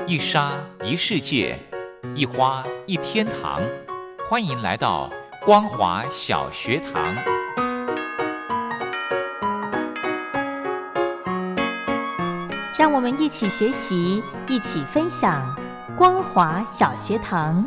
一沙一世界，一花一天堂。欢迎来到光华小学堂。 让我们一起学习，一起分享光华小学堂。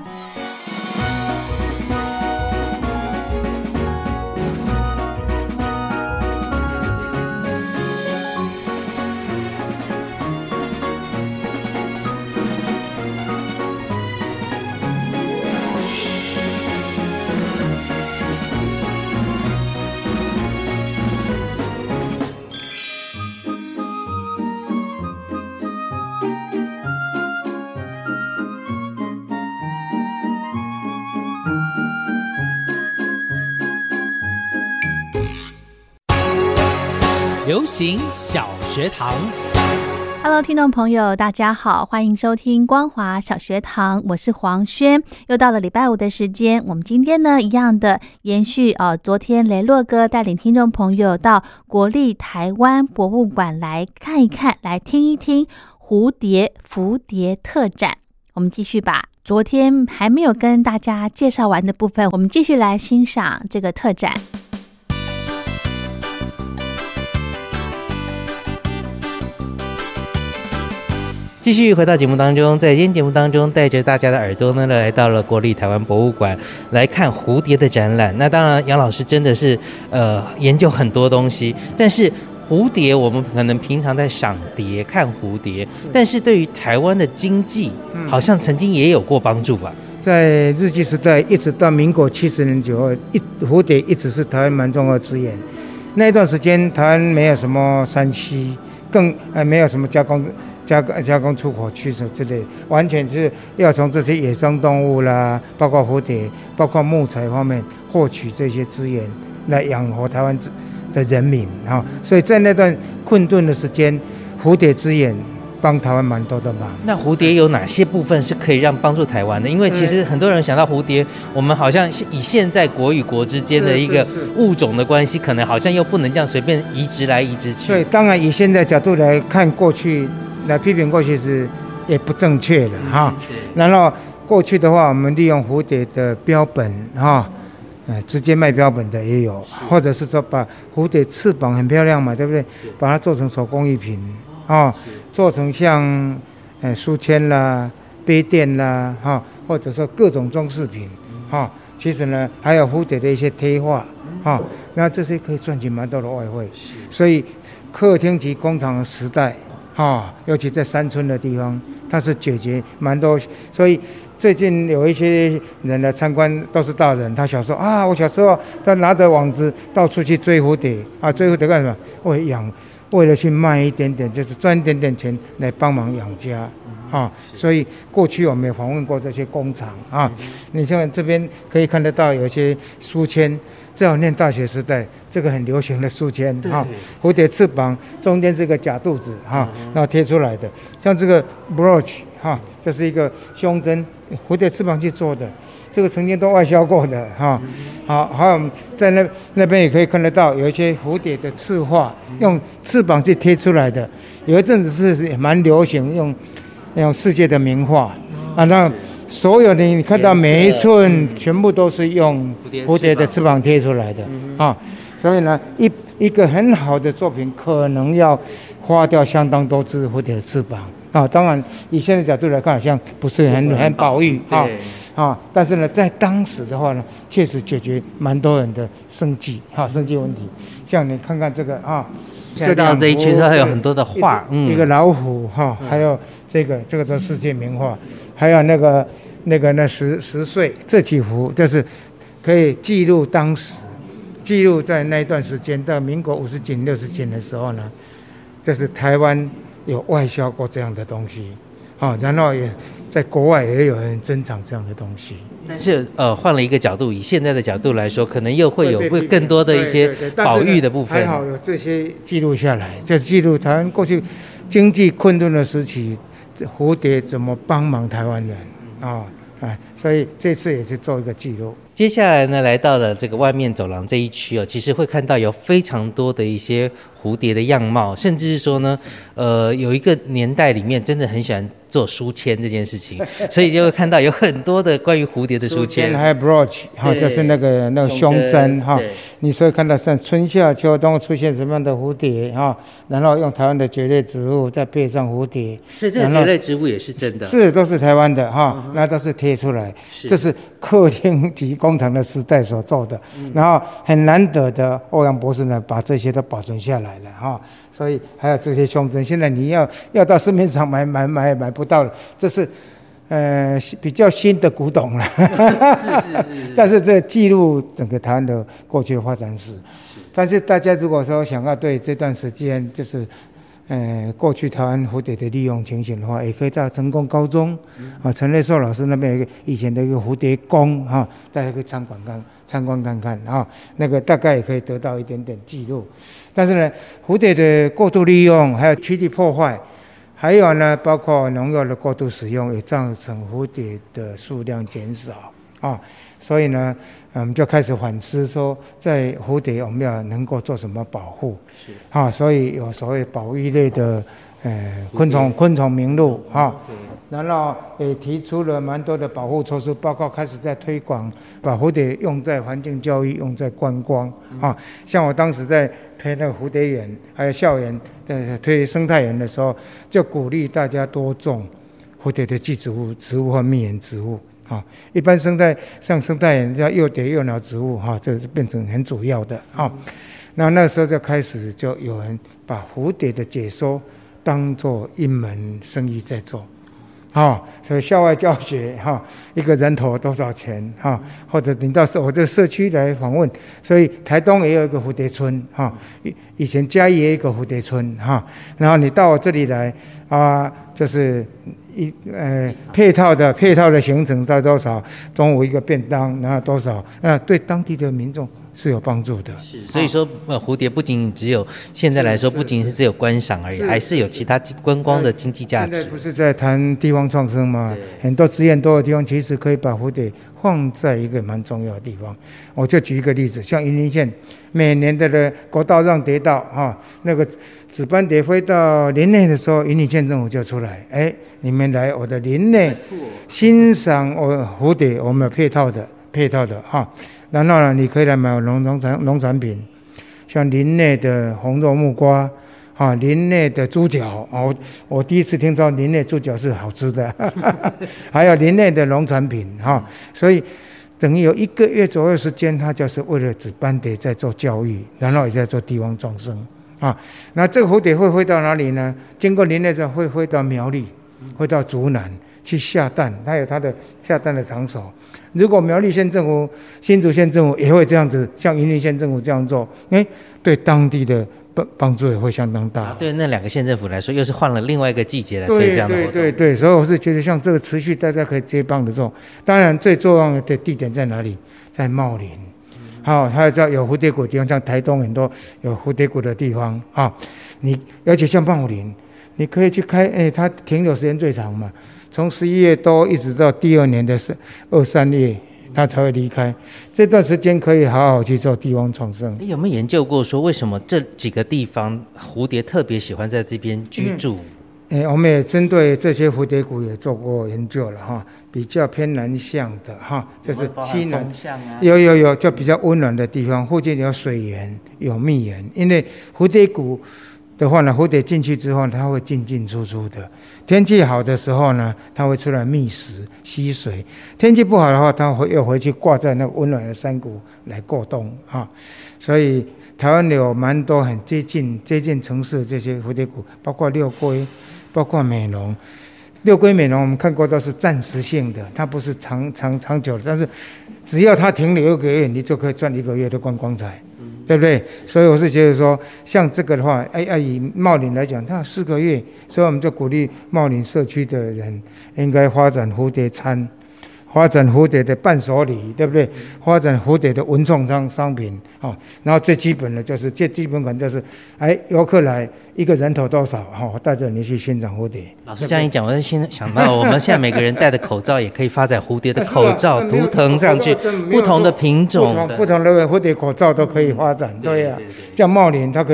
流行小学堂。 Hello， 听众朋友，大家好，欢迎收听光华小学堂，我是黄轩。又到了礼拜五的时间，我们今天呢，一样的延续昨天雷洛哥带领听众朋友到国立台湾博物馆来看一看，来听一听蝴蝶蝴蝶特展。我们继续把昨天还没有跟大家介绍完的部分，我们继续来欣赏这个特展。 继续回到节目当中，在今天节目当中，带着大家的耳朵呢，来到了国立台湾博物馆来看蝴蝶的展览。那当然，杨老师真的是研究很多东西，但是蝴蝶我们可能平常在赏蝶、看蝴蝶，但是对于台湾的经济，好像曾经也有过帮助吧？ 在日据时代一直到民国70年左右，蝴蝶一直是台湾蛮重要的资源。那一段时间，台湾没有什么山西，更没有什么加工出口区什么之类，完全是要从这些野生动物啦，包括蝴蝶，包括木材方面获取这些资源来养活台湾的人民啊。所以在那段困顿的时间，蝴蝶资源帮台湾蛮多的忙。 那蝴蝶有哪些部分是可以让帮助台湾的？因为其实很多人想到蝴蝶，我们好像以现在国与国之间的一个物种的关系，可能好像又不能这样随便移植来移植去。 对，当然以现在角度来看，过去来批评过去是也不正确的哈。然后过去的话，我们利用蝴蝶的标本哈，直接卖标本的也有，或者是说把蝴蝶翅膀很漂亮嘛，对不对？把它做成手工艺品啊，做成像书签啦、杯垫啦哈，或者说各种装饰品哈。其实呢，还有蝴蝶的一些贴画哈，那这些可以赚取蛮多的外汇。所以客厅及工厂的时代。尤其在山村的地方，它是解决蛮多，所以最近有一些人来参观，都是大人。他小时候我小时候他拿着网子到处去追蝴蝶追蝴蝶干什么？为了去卖一点点，就是赚一点点钱来帮忙养家所以过去我们也访问过这些工厂你像这边可以看得到有一些书签，在我念大学时代，这个很流行的书签蝴蝶翅膀中间是个假肚子然后贴出来的，像这个 brooch 这是一个胸针，蝴蝶翅膀去做的，这个曾经都外销过的好，还有在那边也可以看得到有一些蝴蝶的刺画，用翅膀去贴出来的，有一阵子是也蛮流行用世界的名画那所有的你看到每一寸全部都是用蝴蝶的翅膀贴出来的所以呢一个很好的作品可能要花掉相当多只蝴蝶的翅膀当然以现在角度来看好像不是很保育但是呢在当时的话呢，确实解决蛮多人的生计问题。像你看看这个这一区它有很多的画一个老虎还有这个都世界名画，还有那10岁这几幅，就是可以记录当时，记录在那一段时间到民国50几60几的时候呢，就是台湾有外销过这样的东西然后也在国外也有人珍藏这样的东西。 但是换了一个角度，以现在的角度来说，可能又会有更多的一些保育的部分。 还好有这些记录下来，就记录台湾过去经济困顿的时期，蝴蝶怎么帮忙台湾人所以这次也是做一个记录。 接下来呢，来到了这个外面走廊这一区其实会看到有非常多的一些蝴蝶的样貌，甚至是说呢，有一个年代里面真的很喜欢做书签这件事情，所以就会看到有很多的关于蝴蝶的书签， 还有 brooch 哈，就是那个胸针哈。你所以看到像春夏秋冬出现什么样的蝴蝶哈，然后用台湾的蕨类植物再配上蝴蝶， 所以这个蕨类植物也是真的， 是都是台湾的哈，那都是贴出来，这是客厅及工厂的时代所做的，然后很难得的欧阳博士呢把这些都保存下来了哈。所以还有这些胸针，现在你要到市面上买不到了，这是比较新的古董了。是。但是这记录整个台湾的过去的发展史。但是大家如果说想要对这段时间就是过去台湾蝴蝶的利用情形的话，也可以到成功高中陈瑞寿老师那边有一个以前的一个蝴蝶宫哈，大家可以参观看看啊，那个大概也可以得到一点点记录。但是呢，蝴蝶的过度利用，还有栖地破坏，还有呢，包括农药的过度使用，也造成蝴蝶的数量减少啊。所以呢，我们就开始反思说，在蝴蝶我们要能够做什么保护？是啊，所以有所谓保育类的昆虫名录哈。然后也提出了蛮多的保护措施，包括开始在推广把蝴蝶用在环境教育、用在观光啊。像我当时在推那个蝴蝶园，还有校园推生态园的时候，就鼓励大家多种蝴蝶的寄植物、植物和蜜源植物啊。一般像生态园叫幼蝶、幼鸟植物哈，这是变成很主要的啊。那时候就开始就有人把蝴蝶的解说当作一门生意在做。所以校外教学一个人头多少钱或者你到我这个社区来访问，所以台东也有一个蝴蝶村以前嘉义也有一个蝴蝶村然后你到我这里来就是配套的行程在多少，中午一个便当，然后多少，对当地的民众是有帮助的。 是，所以说蝴蝶不仅只有现在来说，不仅是只有观赏而已，还是有其他观光的经济价值。 现在不是在谈地方创生吗？很多资源多的地方，其实可以把蝴蝶放在一个蛮重要的地方。我就举一个例子，像云林县每年的国道让蝶道那个紫斑蝶飞到林内的时候，云林县政府就出来，你们来我的林内欣赏蝴蝶，我们有配套的然后呢，你可以来买农产品，像林内的红肉木瓜林内的猪脚我第一次听说林内猪脚是好吃的还有林内的农产品所以等于有1个月左右时间，他就是为了紫斑蝶在做教育，然后也在做地方创生那这个蝴蝶会飞到哪里呢？经过林内之后会飞到苗栗，会到竹南去下蛋，它有它的下蛋的场所。如果苗栗县政府、新竹县政府也会这样子，像云林县政府这样做，对当地的帮助也会相当大。 对那2个县政府来说，又是换了另外一个季节来推这样的活动。 对，所以我是觉得像这个持续大家可以接棒的做。当然最重要的地点在哪里？在茂林。还有有蝴蝶谷的地方，像台东很多有蝴蝶谷的地方而且像茂林，你可以去开它停留时间最长嘛，从11月多一直到第2年的2、3月它才会离开，这段时间可以好好去做地方创生。 有没有研究过说为什么这几个地方蝴蝶特别喜欢在这边居住？ 我们也针对这些蝴蝶谷也做过研究了比较偏南向的就是西南有就比较温暖的地方，附近有水源有蜜源，因为蝴蝶谷的话呢，蝴蝶进去之后它会进出的，天气好的时候呢，它会出来觅食吸水，天气不好的话，它又回去挂在那个温暖的山谷来过冬所以台湾有蛮多很接近城市的这些蝴蝶谷，包括六龟，包括美浓。六龟美浓我们看过都是暂时性的，它不是长久的，但是只要它停留1个月，你就可以赚1个月的观光财，对不对？所以我是觉得说，像这个的话，以茂林来讲，它有4个月，所以我们就鼓励茂林社区的人应该发展蝴蝶餐，发展蝴蝶的伴手礼，对不对？发展蝴蝶的文创商品然后最基本的就是最基本款就是游客来1个人头多少带着你去欣赏蝴蝶。 老师这样一讲，我就想到我们现在每个人戴的口罩也可以发展蝴蝶的口罩图腾上去，不同的品种不同的蝴蝶口罩都可以发展。对呀，像茂林它可以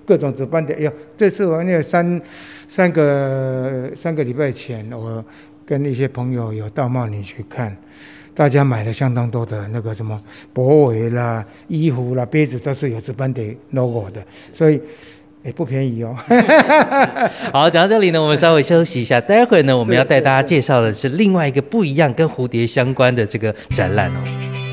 各种值班的。这次我那个三个礼拜前，我跟一些朋友有到茂林去看，大家买了相当多的那个什么脖围啦、衣服啦、杯子，都是有值班的 logo 的，所以也不便宜哦。 好，讲到这里呢，我们稍微休息一下，待会儿呢，我们要带大家介绍的是另外一个不一样跟蝴蝶相关的这个展览哦。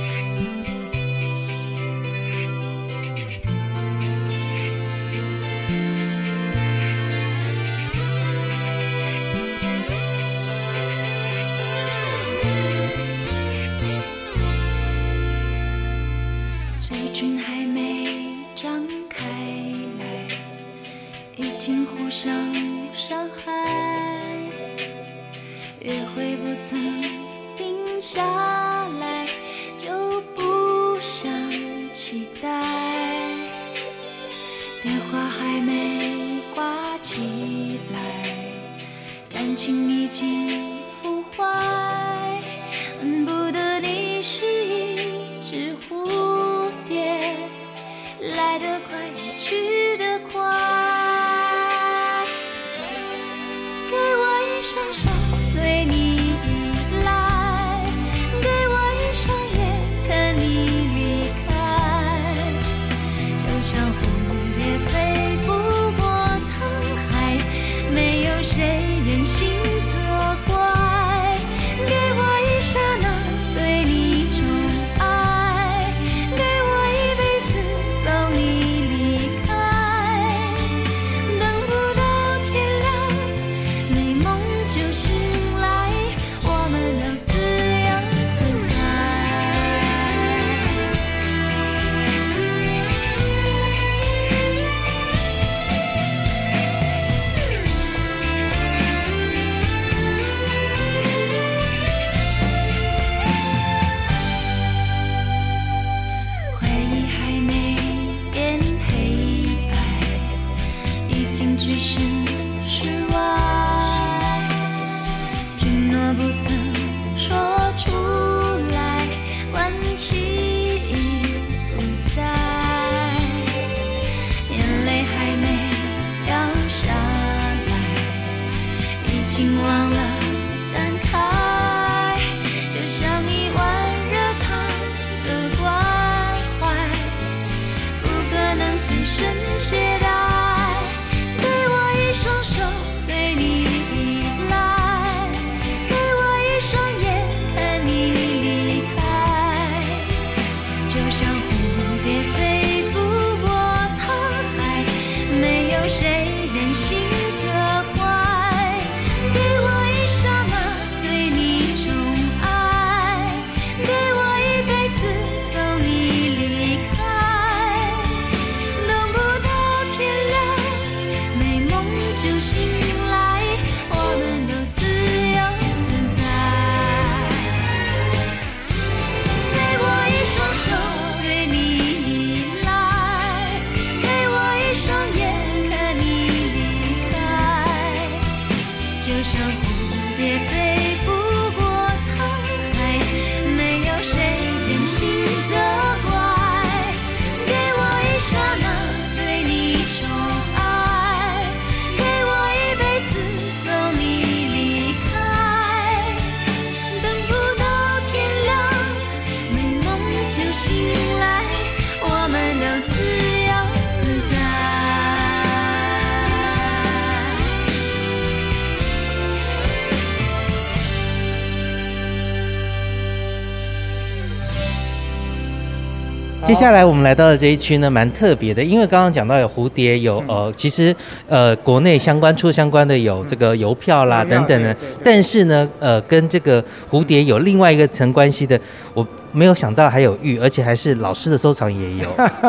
接下来我们来到的这一区呢，蛮特别的，因为刚刚讲到有蝴蝶，有其实国内相关的有这个邮票啦等等的，但是呢跟这个蝴蝶有另外一个层关系的，我没有想到还有玉，而且还是老师的收藏也有。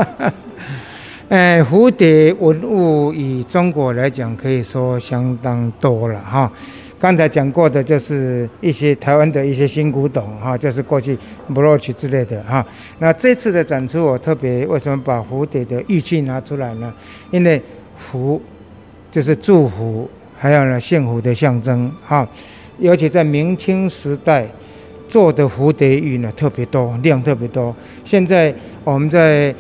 蝴蝶文物以中国来讲，可以说相当多了哈。刚才讲过的就是一些台湾的一些新古董哈，就是过去 brooch 之类的哈。那这次的展出，我特别为什么把蝴蝶的玉器拿出来呢？因为福就是祝福，还有呢幸福的象征哈。尤其在明清时代做的蝴蝶玉呢特别多，量特别多。现在我们在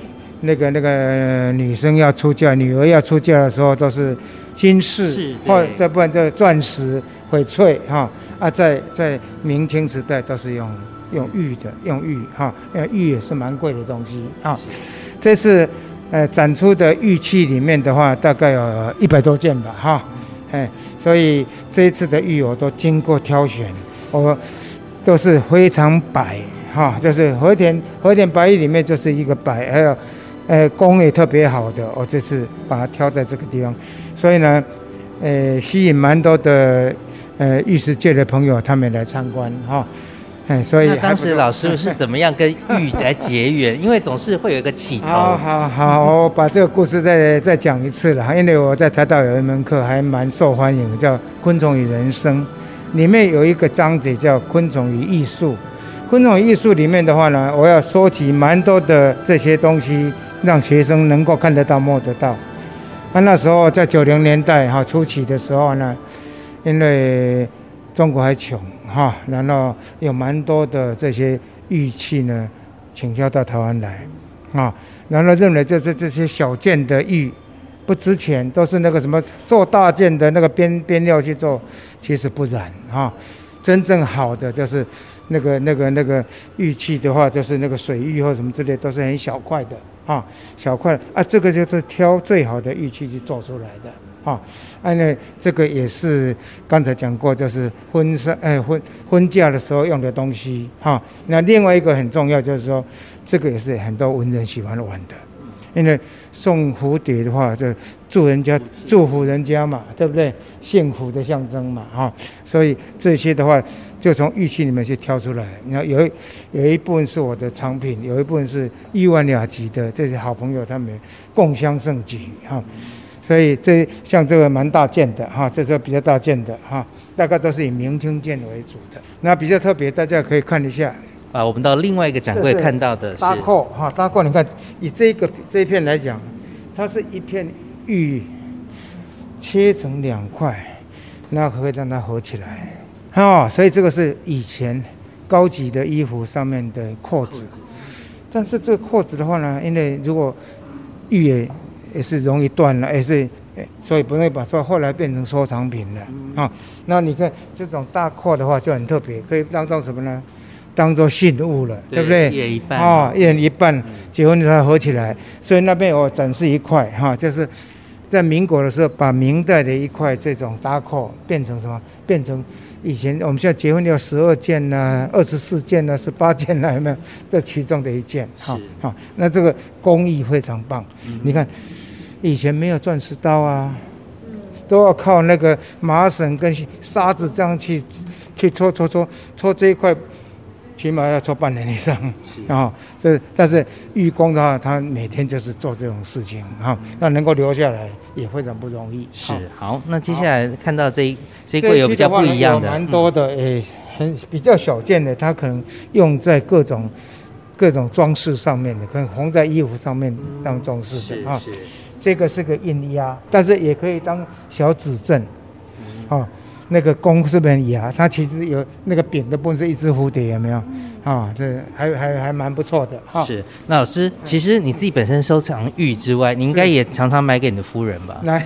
那个女生要出嫁，女儿要出嫁的时候都是金饰，或再不然就钻石、翡翠哈。在明清时代都是用玉的，用玉哈，玉也是蛮贵的东西哈。这次展出的玉器里面的话，大概有100多件吧哈。所以这一次的玉我都经过挑选，我都是非常白哈，就是和田白玉里面就是一个白，还有工也特别好的，我这次把它挑在这个地方，所以呢，吸引蛮多的玉石界的朋友他们来参观哈。所以那当时老师是怎么样跟玉来结缘？因为总是会有一个起头。 好，我把这个故事再讲一次了。因为我在台大有一门课还蛮受欢迎，叫《昆虫与人生》，里面有一个章节叫《昆虫与艺术》。昆虫与艺术里面的话呢，我要收集蛮多的这些东西，让学生能够看得到、摸得到。那时候在90年代初期的时候呢，因为中国还穷。然后有蛮多的这些玉器呢，倾销到台湾来，然后认为这些小件的玉不值钱，都是那个什么做大件的那个边料去做，其实不然真正好的就是那个玉器的话，就是那个水玉或什么之类，都是很小块的小块这个就是挑最好的玉器去做出来的。那这个也是刚才讲过，就是婚嫁的时候用的东西那另外一个很重要就是说，这个也是很多文人喜欢玩的，因为送蝴蝶的话，就祝福人家嘛，对不对？幸福的象征嘛所以这些的话，就从玉器里面去挑出来。然后有一部分是我的藏品，有一部分是亿万两级的这些好朋友他们共襄盛举所以像这个蛮大件的这是比较大件的大概都是以明清件为主的。那比较特别，大家可以看一下我们到另外一个展柜看到的是搭扣搭扣，你看以这一片来讲，它是一片玉切成2块，那可以让它合起来所以这个是以前高级的衣服上面的扣子。但是这个扣子的话呢，因为如果玉也是容易断了，所以不容易把后来变成收藏品了那你看这种大扣的话就很特别，可以当做什么呢？当做信物了，对不对？ 一人一半一人一半，结婚才合起来。所以那边我展示一块就是在民国的时候，把明代的一块这种大扣变成什么？变成以前我们现在结婚要12件24件18件有没有？这其中的一件那这个工艺非常棒。你看以前没有钻石刀都要靠那个麻绳跟沙子这样去搓这一块，起码要搓半年以上但是玉工的话，他每天就是做这种事情那能够留下来也非常不容易。 是好，那接下来看到这一柜有比较不一样的， 有蛮多的比较小件的，它可能用在各种装饰上面的，可能缝在衣服上面当装饰的是这个是个印压，但是也可以当小指镇那个弓是边牙，它其实有那个柄的部分是一只蝴蝶，有没有这还蛮不错的是。那老师，其实你自己本身收藏玉之外，你应该也常常买给你的夫人吧？来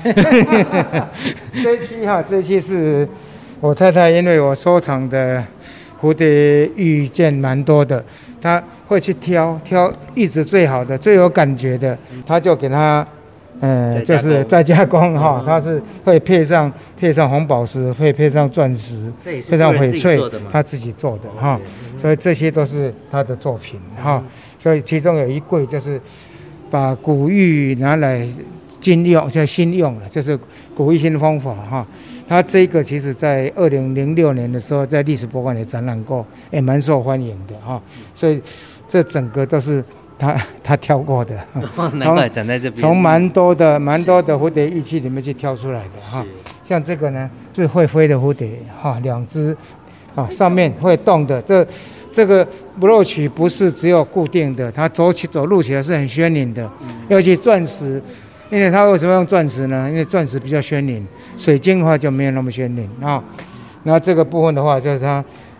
这一期是我太太，因为我收藏的蝴蝶玉件蛮多的，她会去挑玉质最好的、最有感觉的，她就给她就是再加工它是会配上红宝石，会配上钻石，配上翡翠，他自己做的所以这些都是他的作品所以其中有一柜就是把古玉拿来今用，叫新用了，就是古玉新方法他这个其实在2006年的时候在历史博物馆也展览过，也蛮受欢迎的所以这整个都是他挑过的， 难怪展在这边。 从蛮多的蝴蝶玉器里面去挑出来的像这个呢是会飞的蝴蝶2只上面会动的。这个brooch不是只有固定的，它走路起来是很鲜灵的，尤其钻石。因为它为什么用钻石呢？因为钻石比较鲜灵，水晶的话就没有那么鲜灵那这个部分的话，就是它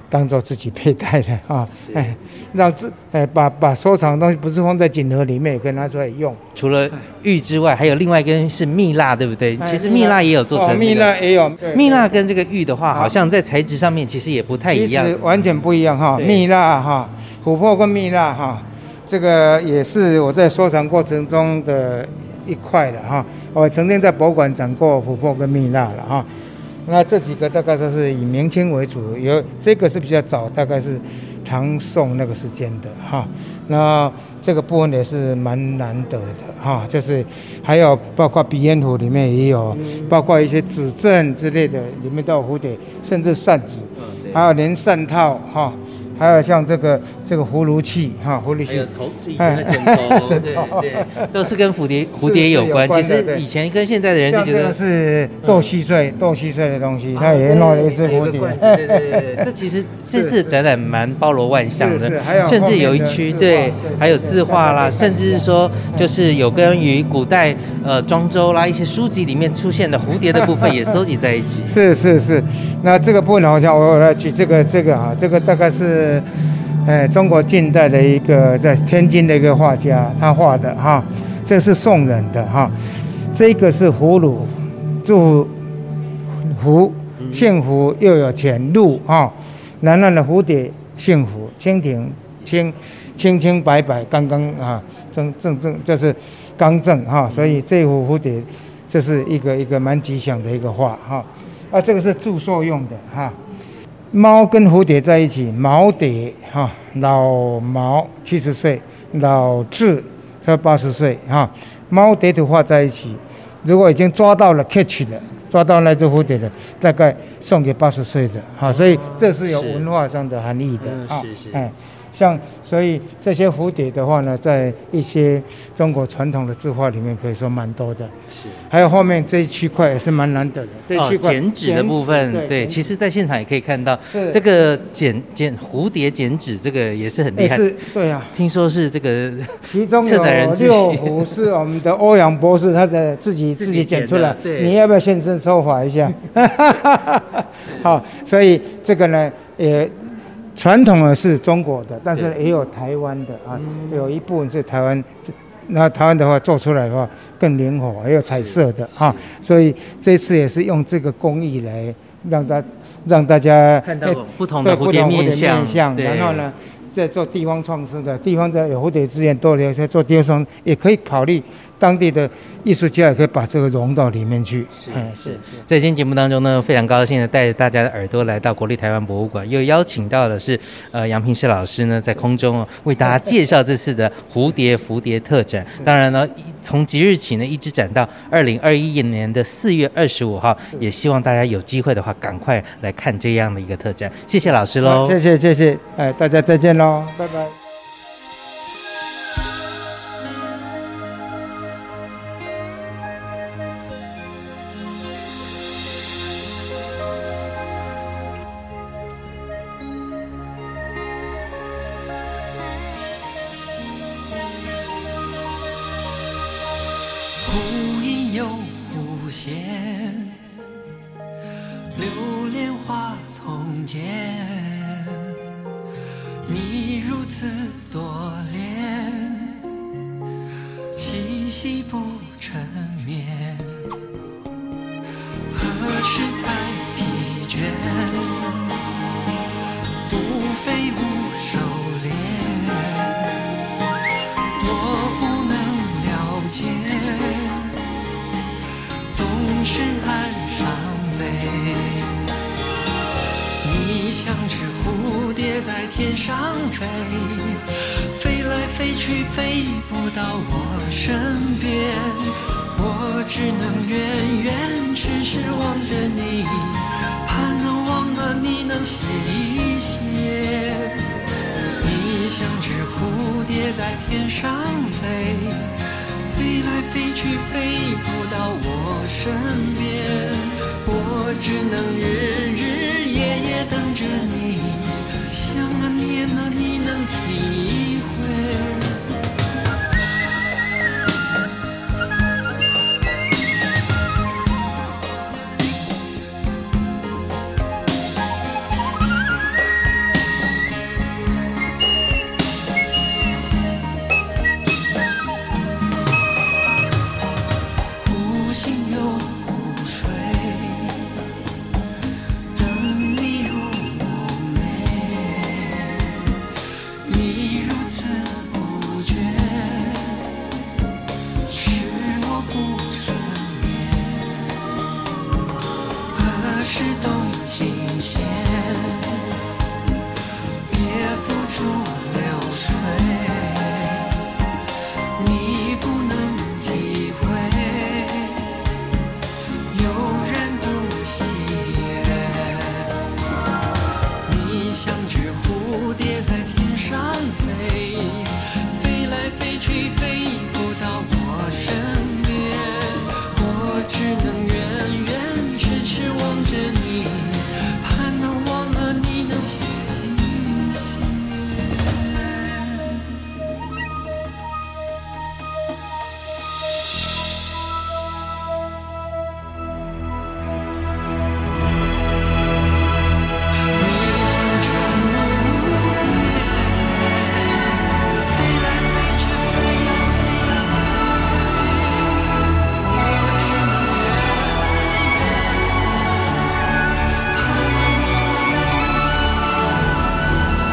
当做自己佩戴的啊，让把收藏的东西不是放在锦盒里面，也可以拿出来用。 除了玉之外，还有另外一根是蜜蜡，对不对？其实蜜蜡也有做成、 蜜蜡也有。 蜜蜡跟这个玉的话，好像在材质上面其实也不太一样， 其实完全不一样哈。蜜蜡哈，琥珀跟蜜蜡哈，这个也是我在收藏过程中的一块的哈。我曾经在博物馆展过琥珀跟蜜蜡了哈。那这几个大概都是以明清为主，有这个是比较早，大概是唐宋那个时间的哈。那这个部分也是蛮难得的哈，就是还有包括鼻烟壶里面也有，包括一些指针之类的，里面都有蝴蝶，甚至扇子，还有连扇套哈。还有像这个葫芦器哈，葫芦器， 还有以前的枕头，对，都是跟蝴蝶有关。其实以前跟现在的人就觉得这个是斗蟋蟀的东西，它也弄了一只蝴蝶。 对，这其实这次的展览蛮包罗万象的，甚至有一区对，还有字画啦，甚至是说就是有关于古代庄周啦一些书籍里面出现的蝴蝶的部分也收集在一起。 是，那这个部分好像我来举这个啊，这个大概是。中国近代的一个在天津的一个画家，他画的哈，这是宋人的哈，这个是葫芦，祝福幸福又有钱禄哈，南岸的蝴蝶幸福蜻蜓清白白刚刚啊正就是刚正哈，所以这幅蝴蝶这是一个蛮吉祥的一个画哈，这个是祝寿用的哈。猫跟蝴蝶在一起，毛蝶哈，老毛70岁，老雉才80岁哈。猫蝶图画在一起，如果已经抓到了 catch 了，抓到那只蝴蝶了，大概送给80岁的哈。所以这是有文化上的含义的啊。所以这些蝴蝶的话呢，在一些中国传统的字画里面可以说蛮多的。是，还有后面这一区块也是蛮难得的。这一区块剪纸的部分，对，其实在现场也可以看到这个蝴蝶剪纸，这个也是很厉害。 对啊， 听说是这个其中有6幅是我们的欧阳博士他的自己剪出来，你要不要现身说法一下？好，所以这个呢也。传统的是中国的，但是也有台湾的啊，有一部分是台湾。那台湾的话做出来的话更灵活，还有彩色的哈，所以这次也是用这个工艺来让大家看到不同的蝴蝶面相， 然后呢，在做地方创生的地方在有蝴蝶资源多的，在做地方创生也可以考虑当地的艺术家也可以把这个融到里面去。 是。在今天节目当中呢，非常高兴的带着大家的耳朵来到国立台湾博物馆，又邀请到的是杨平世老师呢，在空中为大家介绍这次的蝴蝶特展。当然呢，从即日起呢，一直展到2021年的4月25号，也希望大家有机会的话，赶快来看这样的一个特展。谢谢老师喽， 谢谢，大家再见喽，拜拜。 动琴弦，别付诸流水，你不能体会，有人独喜悦。你像只蝴蝶在天上飞，飞来飞去，飞不到我身边，我只能远远痴痴望着你，盼能忘了你能歇一歇。你像只蝴蝶，飞来飞去，飞呀飞呀飞，我只能远远盼能忘了你能歇一歇。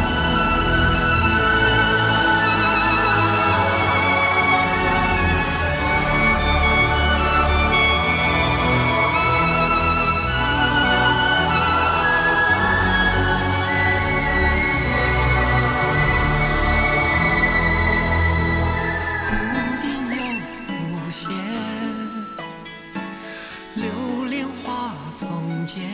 忽定又无限，流连花丛间，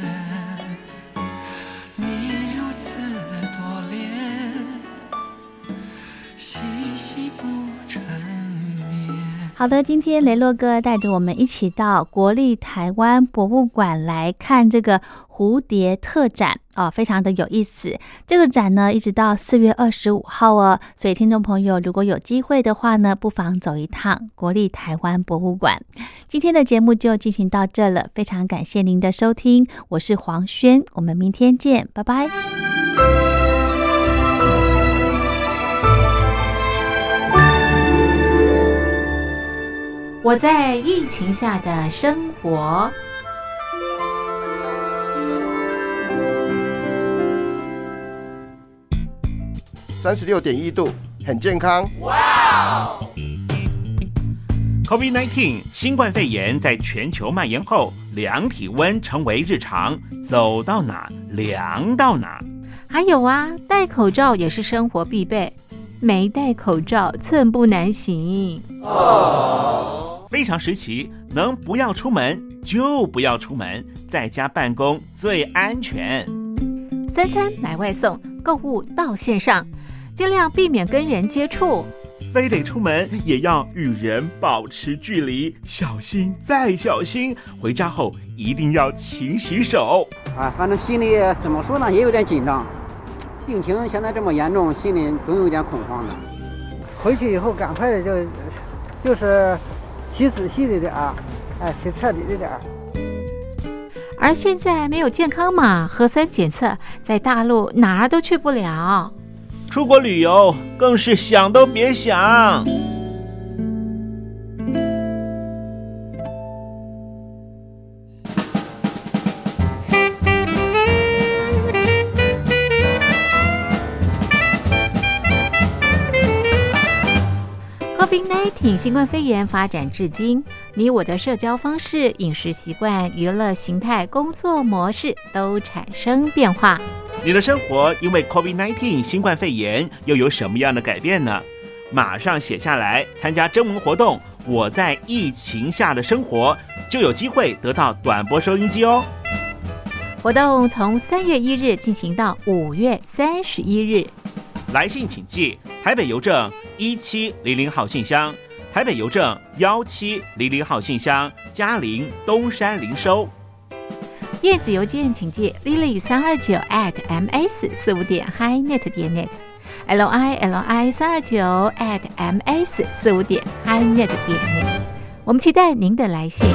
你如此多恋，细细不成眠。 好的，今天雷洛哥带着我们一起到国立台湾博物馆来看这个蝴蝶特展哦，非常的有意思。这个展呢，一直到4月25号哦，所以听众朋友如果有机会的话呢，不妨走一趟国立台湾博物馆。今天的节目就进行到这了，非常感谢您的收听，我是黄轩，我们明天见，拜拜。我在疫情下的生活。 36.1度，很健康。 COVID-19 新冠肺炎在全球蔓延后，量体温成为日常，走到哪量到哪。 还有啊，戴口罩也是生活必备，没戴口罩寸步难行。 非常时期，能不要出门就不要出门，在家办公最安全。 三餐买外送，购物到线上，尽量避免跟人接触。 非得出门也要与人保持距离，小心再小心。回家后一定要勤洗手。 反正心里怎么说呢，也有点紧张。病情现在这么严重，心里总有点恐慌的。 回去以后赶快的就是洗仔细的点儿，洗彻底的点儿。 而现在没有健康码、核酸检测，在大陆哪儿都去不了。 出国旅游更是想都别想。 COVID-19 新冠肺炎发展至今，你我的社交方式、饮食习惯、娱乐形态、工作模式都产生变化。 你的生活因为 COVID-19 新冠肺炎又有什么样的改变呢？马上写下来，参加征文活动，我在疫情下的生活，就有机会得到短波收音机哦。 活动从3月1日进行到5月31日。 来信请寄台北邮政1700号信箱，台北邮政1700号信箱，嘉陵东山零收。 电子邮件请寄 lily329@ms45.highnet.net lili329@ms45.highnet.net。我们期待您的来信。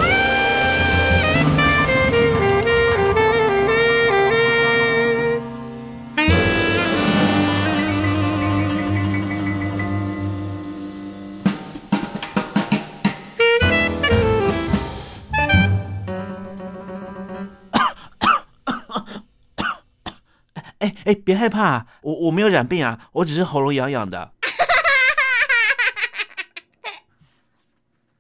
别害怕，我没有染病啊，我只是喉咙痒痒的。